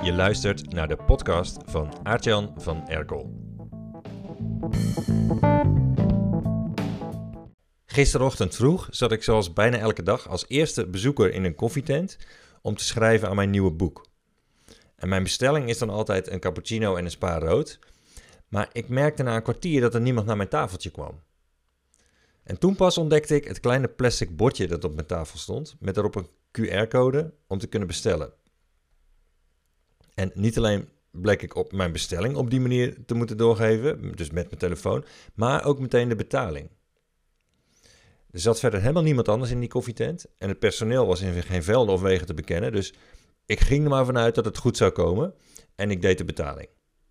Je luistert naar de podcast van Aart-Jan van Erkel. Gisterochtend vroeg zat ik zoals bijna elke dag als eerste bezoeker in een koffietent om te schrijven aan mijn nieuwe boek. En mijn bestelling is dan altijd een cappuccino en een spa rood. Maar ik merkte na een kwartier dat er niemand naar mijn tafeltje kwam. En toen pas ontdekte ik het kleine plastic bordje dat op mijn tafel stond, met daarop een QR-code om te kunnen bestellen. En niet alleen bleek ik op mijn bestelling op die manier te moeten doorgeven, dus met mijn telefoon, maar ook meteen de betaling. Er zat verder helemaal niemand anders in die koffietent en het personeel was in geen velden of wegen te bekennen, dus ik ging er maar vanuit dat het goed zou komen en ik deed de betaling.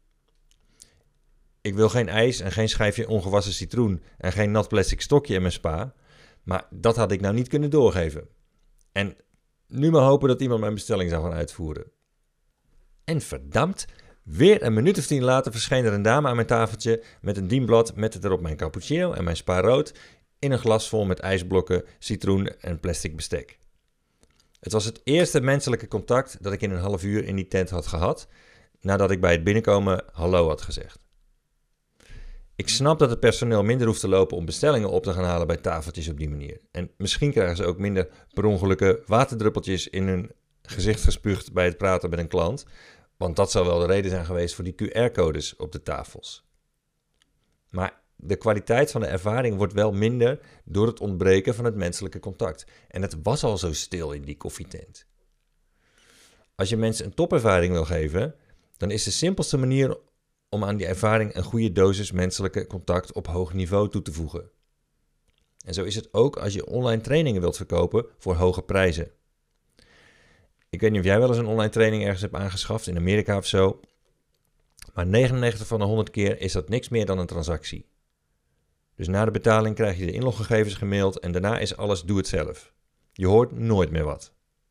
Ik wil geen ijs en geen schijfje ongewassen citroen en geen nat plastic stokje in mijn spa, maar dat had ik nou niet kunnen doorgeven. En nu maar hopen dat iemand mijn bestelling zou gaan uitvoeren. En verdampt, weer een minuut of 10 later verscheen er een dame aan mijn tafeltje met een dienblad met erop mijn cappuccino en mijn spa rood in een glas vol met ijsblokken, citroen en plastic bestek. Het was het eerste menselijke contact dat ik in een half uur in die tent had gehad, nadat ik bij het binnenkomen hallo had gezegd. Ik snap dat het personeel minder hoeft te lopen om bestellingen op te gaan halen bij tafeltjes op die manier. En misschien krijgen ze ook minder per ongelukken waterdruppeltjes in hun gezicht gespuugd bij het praten met een klant, want dat zou wel de reden zijn geweest voor die QR-codes op de tafels. Maar de kwaliteit van de ervaring wordt wel minder door het ontbreken van het menselijke contact. En het was al zo stil in die koffietent. Als je mensen een topervaring wil geven, dan is de simpelste manier om aan die ervaring een goede dosis menselijke contact op hoog niveau toe te voegen. En zo is het ook als je online trainingen wilt verkopen voor hoge prijzen. Ik weet niet of jij wel eens een online training ergens hebt aangeschaft, in Amerika of zo, maar 99 van de 100 keer is dat niks meer dan een transactie. Dus na de betaling krijg je de inloggegevens gemaild en daarna is alles doe het zelf. Je hoort nooit meer wat.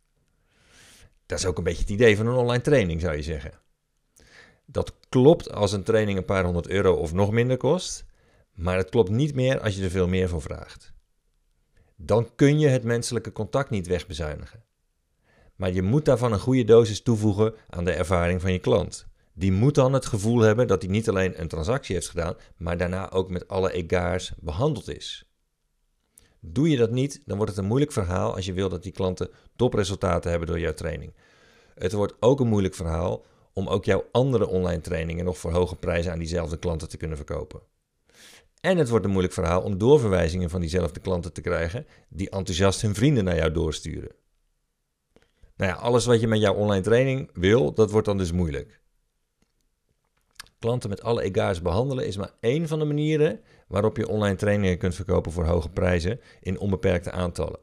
Dat is ook een beetje het idee van een online training, zou je zeggen. Dat klopt als een training een paar honderd euro of nog minder kost, maar het klopt niet meer als je er veel meer voor vraagt. Dan kun je het menselijke contact niet wegbezuinigen. Maar je moet daarvan een goede dosis toevoegen aan de ervaring van je klant. Die moet dan het gevoel hebben dat hij niet alleen een transactie heeft gedaan, maar daarna ook met alle egards behandeld is. Doe je dat niet, dan wordt het een moeilijk verhaal als je wil dat die klanten topresultaten hebben door jouw training. Het wordt ook een moeilijk verhaal om ook jouw andere online trainingen nog voor hoge prijzen aan diezelfde klanten te kunnen verkopen. En het wordt een moeilijk verhaal om doorverwijzingen van diezelfde klanten te krijgen die enthousiast hun vrienden naar jou doorsturen. Nou ja, alles wat je met jouw online training wil, dat wordt dan dus moeilijk. Klanten met alle egards behandelen is maar één van de manieren waarop je online trainingen kunt verkopen voor hoge prijzen in onbeperkte aantallen.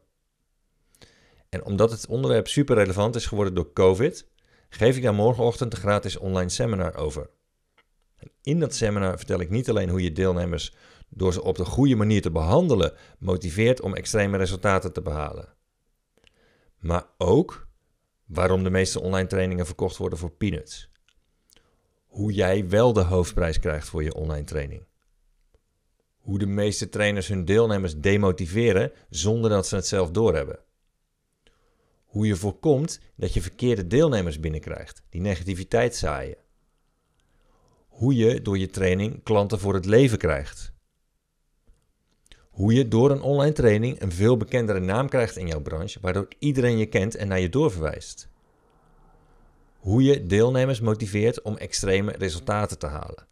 En omdat het onderwerp super relevant is geworden door COVID, geef ik daar morgenochtend een gratis online seminar over. In dat seminar vertel ik niet alleen hoe je deelnemers door ze op de goede manier te behandelen motiveert om extreme resultaten te behalen. Maar ook waarom de meeste online trainingen verkocht worden voor peanuts. Hoe jij wel de hoofdprijs krijgt voor je online training. Hoe de meeste trainers hun deelnemers demotiveren zonder dat ze het zelf doorhebben. Hoe je voorkomt dat je verkeerde deelnemers binnenkrijgt, die negativiteit zaaien. Hoe je door je training klanten voor het leven krijgt. Hoe je door een online training een veel bekendere naam krijgt in jouw branche, waardoor iedereen je kent en naar je doorverwijst. Hoe je deelnemers motiveert om extreme resultaten te halen.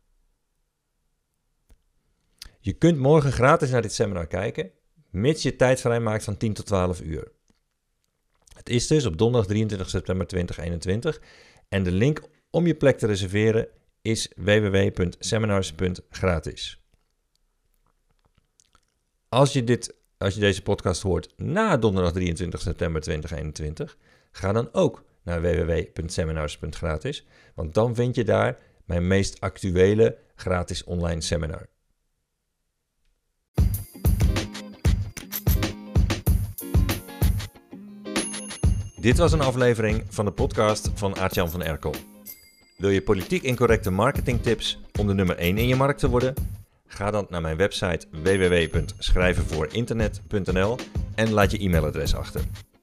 Je kunt morgen gratis naar dit seminar kijken, mits je tijd vrijmaakt van 10 tot 12 uur. Het is dus op donderdag 23 september 2021 en de link om je plek te reserveren is www.seminars.gratis. Als je deze podcast hoort na donderdag 23 september 2021, ga dan ook naar www.seminars.gratis, want dan vind je daar mijn meest actuele gratis online seminar. Dit was een aflevering van de podcast van Aart-Jan van Erkel. Wil je politiek incorrecte marketingtips om de nummer 1 in je markt te worden? Ga dan naar mijn website www.schrijvenvoorinternet.nl en laat je e-mailadres achter.